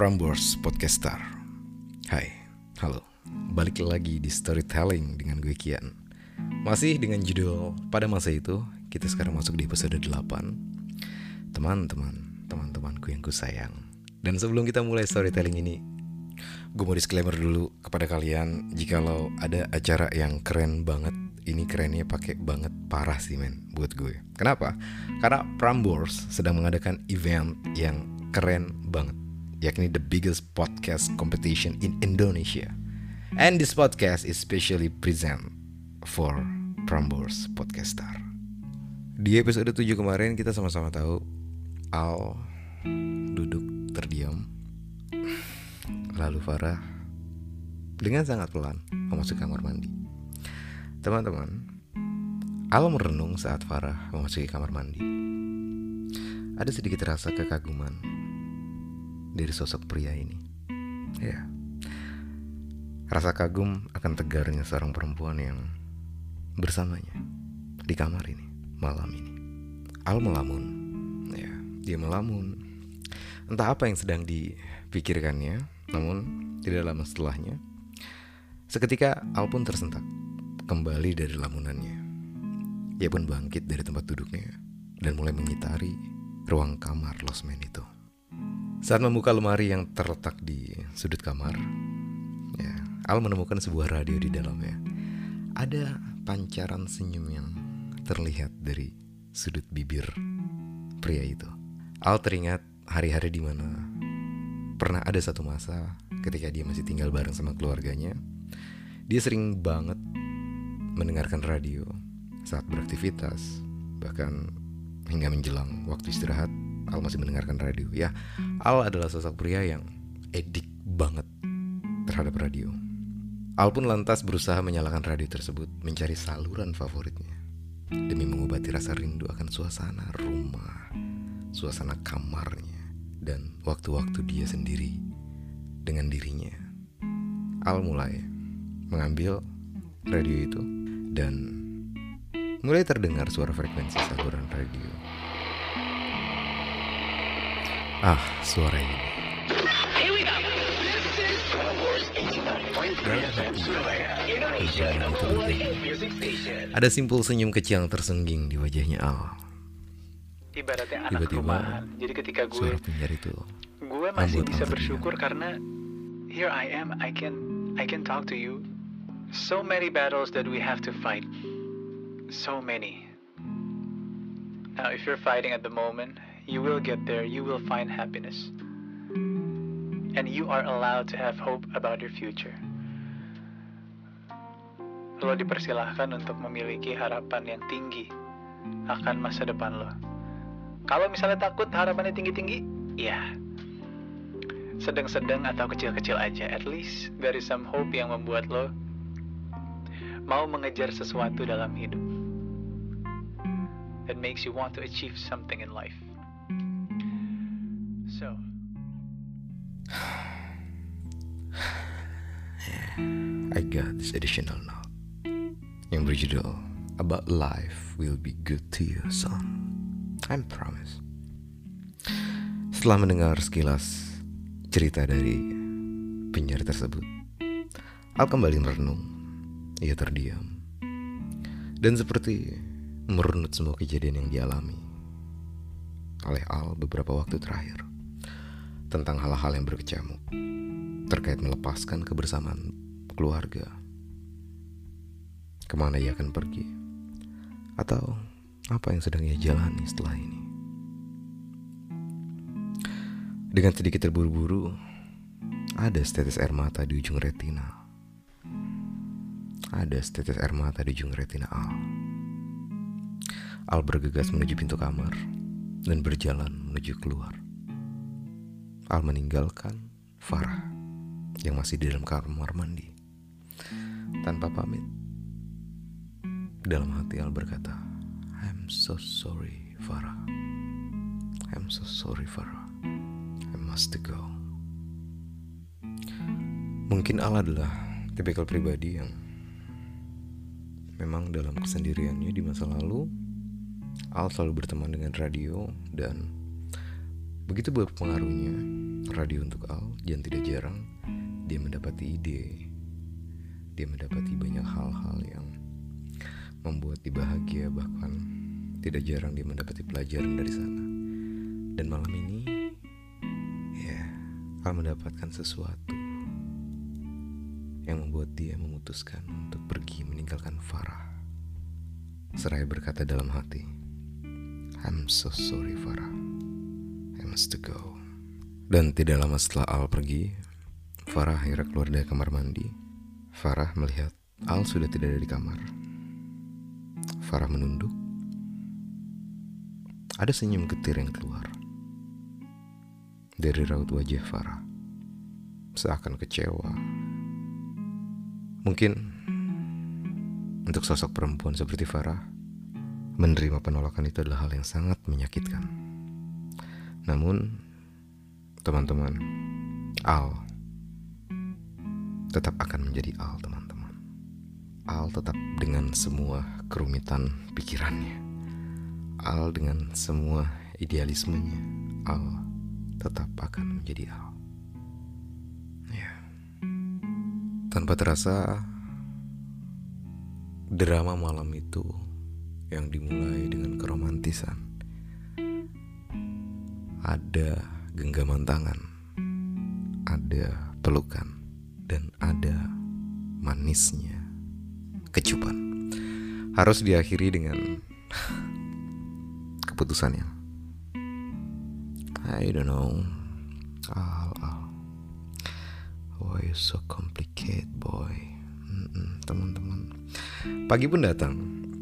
Prambors Podcaster. Hai, halo. Balik lagi di Storytelling dengan gue Kian. Masih dengan judul Pada Masa Itu. Kita sekarang masuk di episode 8. Teman-temanku yang kusayang. Dan sebelum kita mulai storytelling ini, gue mau disclaimer dulu kepada kalian. Jikalau ada acara yang keren banget, ini kerennya pakai banget, parah sih men buat gue. Kenapa? Karena Prambors sedang mengadakan event yang keren banget, yakni the biggest podcast competition in Indonesia. And this podcast is specially present for Prambors Podcaster. Di episode 7 kemarin kita sama-sama tahu Al duduk terdiam, lalu Farah dengan sangat pelan memasuki kamar mandi. Teman-teman, Al merenung saat Farah memasuki kamar mandi. Ada sedikit rasa kekaguman dari sosok pria ini. Ya, rasa kagum akan tegarnya seorang perempuan yang bersamanya di kamar ini malam ini. Al melamun. Ya, dia melamun. Entah apa yang sedang dipikirkannya, namun tidak lama setelahnya, seketika Al pun tersentak kembali dari lamunannya. Ia pun bangkit dari tempat duduknya dan mulai mengitari ruang kamar losmen itu. Saat membuka lemari yang terletak di sudut kamar, ya, Al menemukan sebuah radio di dalamnya. Ada pancaran senyum yang terlihat dari sudut bibir pria itu. Al teringat hari-hari di mana pernah ada satu masa ketika dia masih tinggal bareng sama keluarganya. Dia sering banget mendengarkan radio saat beraktivitas, bahkan hingga menjelang waktu istirahat Al masih mendengarkan radio. Ya, Al adalah sosok pria yang edik banget terhadap radio. Al pun lantas berusaha menyalakan radio tersebut, mencari saluran favoritnya, demi mengobati rasa rindu akan suasana rumah, suasana kamarnya, dan waktu-waktu dia sendiri dengan dirinya. Al mulai mengambil radio itu dan mulai terdengar suara frekuensi saluran radio. Suara ini. Ada simpul senyum kecil yang tersengging di wajahnya Al. Ibaratnya anak rumahan. Jadi ketika gue masih bisa bersyukur karena here I am, I can talk to you. So many battles that we have to fight. So many. Now if you're fighting at the moment, you will get there, you will find happiness. And you are allowed to have hope about your future. Lo dipersilahkan untuk memiliki harapan yang tinggi akan masa depan lo. Kalau misalnya takut harapannya tinggi-tinggi, ya sedang-sedang atau kecil-kecil aja. At least there is some hope yang membuat lo mau mengejar sesuatu dalam hidup that makes you want to achieve something in life. So I got this additional note yang berjudul About Life Will Be Good to You, Son. I promise. Setelah mendengar sekilas cerita dari penyair tersebut, Al kembali merenung. Ia terdiam dan seperti merunut semua kejadian yang dialami oleh Al beberapa waktu terakhir, tentang hal-hal yang berkecamuk terkait melepaskan kebersamaan keluarga, kemana ia akan pergi, atau apa yang sedang ia jalani setelah ini. Dengan sedikit terburu-buru, ada setetes air mata di ujung retina. Ada setetes air mata di ujung retina Al. Al bergegas menuju pintu kamar dan berjalan menuju keluar. Al meninggalkan Farah yang masih di dalam kamar mandi. Tanpa pamit, dalam hati Al berkata, I'm so sorry Farah. I'm so sorry Farah. I must go. Mungkin Al adalah tipikal pribadi yang memang dalam kesendiriannya di masa lalu, Al selalu berteman dengan radio dan Begitu berpengaruhnya radio untuk Al, dan tidak jarang dia mendapati ide, dia mendapati banyak hal-hal yang membuat dia bahagia, bahkan tidak jarang dia mendapati pelajaran dari sana. Dan malam ini, ya, Al mendapatkan sesuatu yang membuat dia memutuskan untuk pergi meninggalkan Farah. Seraya berkata dalam hati, I'm so sorry Farah, I must go. Dan tidak lama setelah Al pergi, Farah akhirnya keluar dari kamar mandi. Farah melihat Al sudah tidak ada di kamar. Farah menunduk. Ada senyum getir yang keluar dari raut wajah Farah, seakan kecewa. Mungkin untuk sosok perempuan seperti Farah, menerima penolakan itu adalah hal yang sangat menyakitkan. Namun, teman-teman, Al tetap akan menjadi Al, teman-teman. Al tetap dengan semua kerumitan pikirannya, Al dengan semua idealismenya, Al tetap akan menjadi Al. Ya. Tanpa terasa, drama malam itu yang dimulai dengan keromantisan, ada genggaman tangan, ada pelukan, dan ada manisnya kecupan, harus diakhiri dengan keputusannya. I don't know, Al, why you so complicated boy. Teman-teman, pagi pun datang.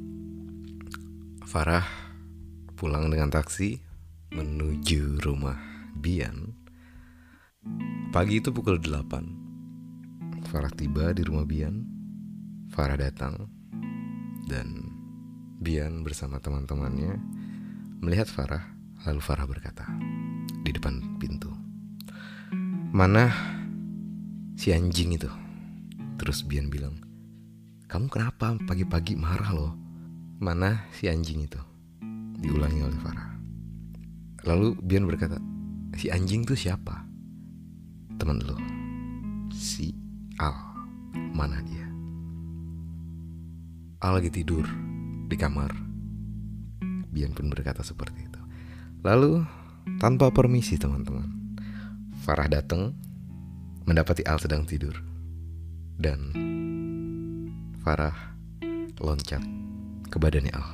Farah pulang dengan taksi menuju rumah Bian. Pagi itu pukul 8. Farah tiba di rumah Bian. Farah datang, dan Bian bersama teman-temannya melihat Farah. Lalu Farah berkata di depan pintu, "Mana si anjing itu?" Terus Bian bilang, "Kamu kenapa pagi-pagi marah loh? Mana si anjing itu?" Diulangi oleh Farah. Lalu Bian berkata, "Si anjing itu siapa?" "Teman lo, si Al." "Mana dia?" "Al lagi tidur di kamar." Bian pun berkata seperti itu. Lalu tanpa permisi, teman-teman, Farah datang mendapati Al sedang tidur, dan Farah loncat ke badannya Al.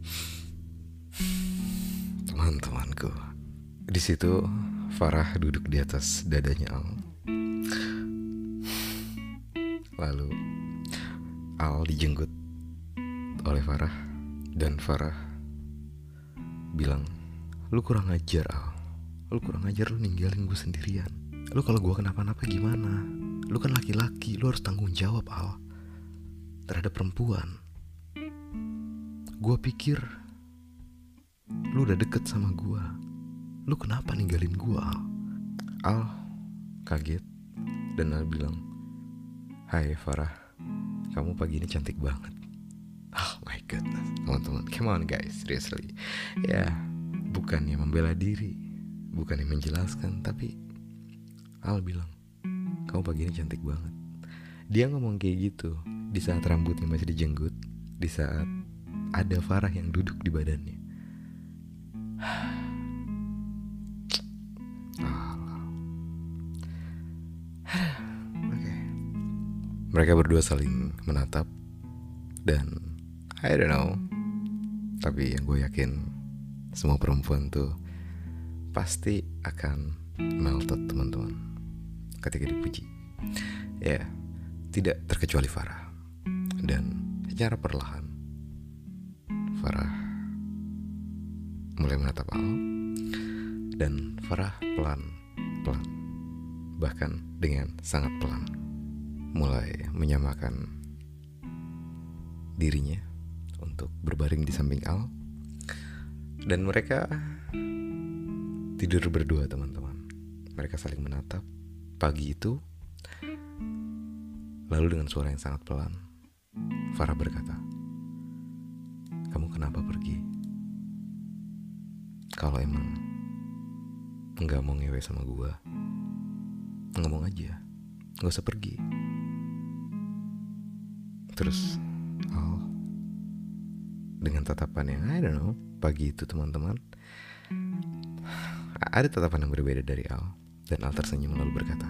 Teman-temanku, di situ Farah duduk di atas dadanya Al. Lalu Al dijenggut oleh Farah, dan Farah bilang, "Lu kurang ajar Al, lu kurang ajar, lu ninggalin gue sendirian. Lu kalau gue kenapa-napa gimana? Lu kan laki-laki, lu harus tanggung jawab Al terhadap perempuan. Gue pikir lu udah deket sama gue, lu kenapa ninggalin gue Al?" Al kaget, dan Al bilang, "Hai Farah, kamu pagi ini cantik banget." Oh my goodness, teman-teman, come on guys, seriously. Ya, bukannya membela diri, bukannya menjelaskan, tapi Al bilang, "Kamu pagi ini cantik banget." Dia ngomong kayak gitu di saat rambutnya masih dijenggut, di saat ada Farah yang duduk di badannya. Oke. Mereka berdua saling menatap, dan I don't know, tapi yang gue yakin semua perempuan tuh pasti akan melted, teman-teman, ketika dipuji. Ya, tidak terkecuali Farah. Dan secara perlahan Farah mulai menatap Al, dan Farah pelan-pelan, bahkan dengan sangat pelan, mulai menyamakan dirinya untuk berbaring di samping Al. Dan mereka tidur berdua, teman-teman. Mereka saling menatap pagi itu. Lalu dengan suara yang sangat pelan, Farah berkata, "Kamu kenapa pergi? Kalau emang nggak mau ngewe sama gue, ngomong aja, nggak usah pergi. Terus Al dengan tatapan yang I don't know, pagi itu teman-teman, ada tatapan yang berbeda dari Al. Dan Al tersenyum lalu berkata,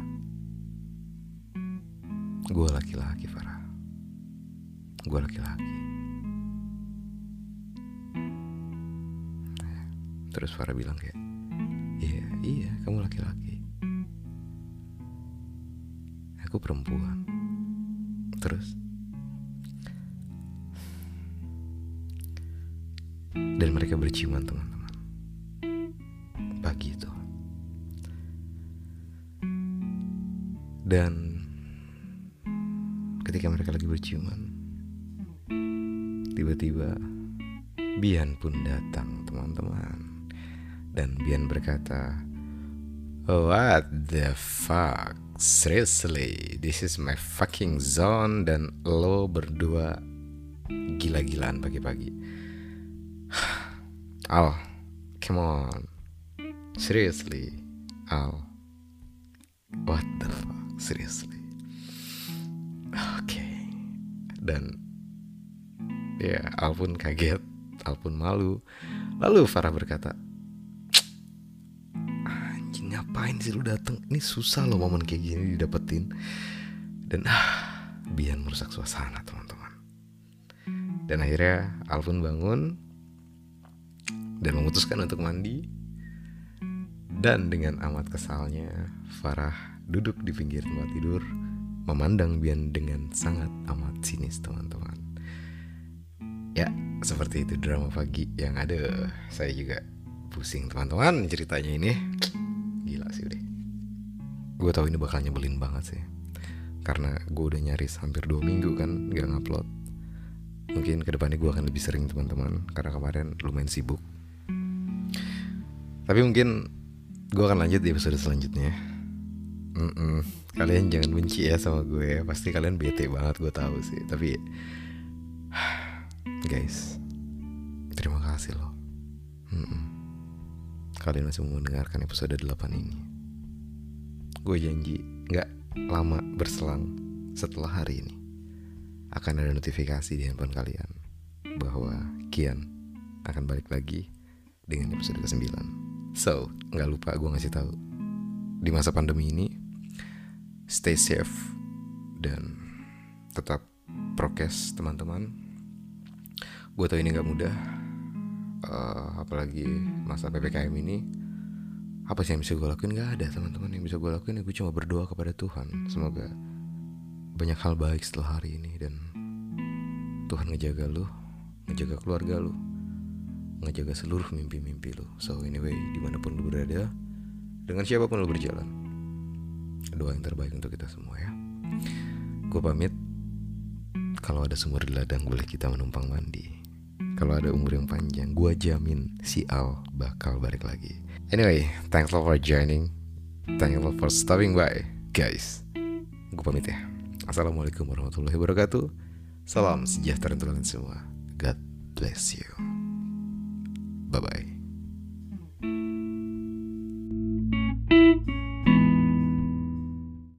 gue laki-laki Farah, gue laki-laki. Terus Farah bilang kayak, iya kamu laki-laki, aku perempuan. Terus dan mereka berciuman teman-teman pagi itu. Dan ketika mereka lagi berciuman, tiba-tiba Bian pun datang teman-teman. Dan Bian berkata, what the fuck, seriously, this is my fucking zone. Dan lo berdua gila-gilaan pagi-pagi. Al, come on, seriously, Al, what the fuck, seriously. Oke. Dan ya, Al pun kaget, Al pun malu. Lalu Farah berkata, anjing ngapain sih lu dateng? Ini susah loh momen kayak gini didapetin. Dan Bian merusak suasana teman-teman. Dan akhirnya Al pun bangun dan memutuskan untuk mandi. Dan dengan amat kesalnya Farah duduk di pinggir tempat tidur, memandang Bian dengan sangat amat sinis teman-teman. Ya, seperti itu drama pagi yang ada. Saya juga pusing teman-teman ceritanya ini. Gila sih udah. Gue tahu ini bakal nyebelin banget sih, karena gue udah nyaris hampir 2 minggu kan gak ngupload. Mungkin kedepannya gue akan lebih sering teman-teman, karena kemarin lumayan sibuk. Tapi mungkin gue akan lanjut di episode selanjutnya. Kalian jangan benci ya sama gue. Pasti kalian bete banget, gue tahu sih. Tapi guys, terima kasih loh. Kalian masih mau mendengarkan episode 8 ini. Gue janji gak lama berselang setelah hari ini akan ada notifikasi di handphone kalian bahwa Kian akan balik lagi dengan episode ke-9. So, gak lupa gue ngasih tahu, di masa pandemi ini stay safe dan tetap prokes teman-teman. Gue tahu ini gak mudah, apalagi masa PPKM ini. Apa sih yang bisa gue lakuin? Gak ada teman-teman. Yang bisa gue lakuin, gue cuma berdoa kepada Tuhan. Semoga banyak hal baik setelah hari ini, dan Tuhan ngejaga lu, ngejaga keluarga lu, ngejaga seluruh mimpi-mimpi lu. So anyway, dimanapun lu berada, dengan siapapun lu berjalan, doa yang terbaik untuk kita semua ya. Gue pamit. Kalau ada sumur di ladang, boleh kita menumpang mandi. Kalau ada umur yang panjang, gue jamin si Al bakal balik lagi. Anyway, thanks a lot for joining. Thank you a lot for stopping by, guys. Gue pamit ya. Assalamualaikum warahmatullahi wabarakatuh. Salam sejahtera untuk kalian semua. God bless you. Bye-bye.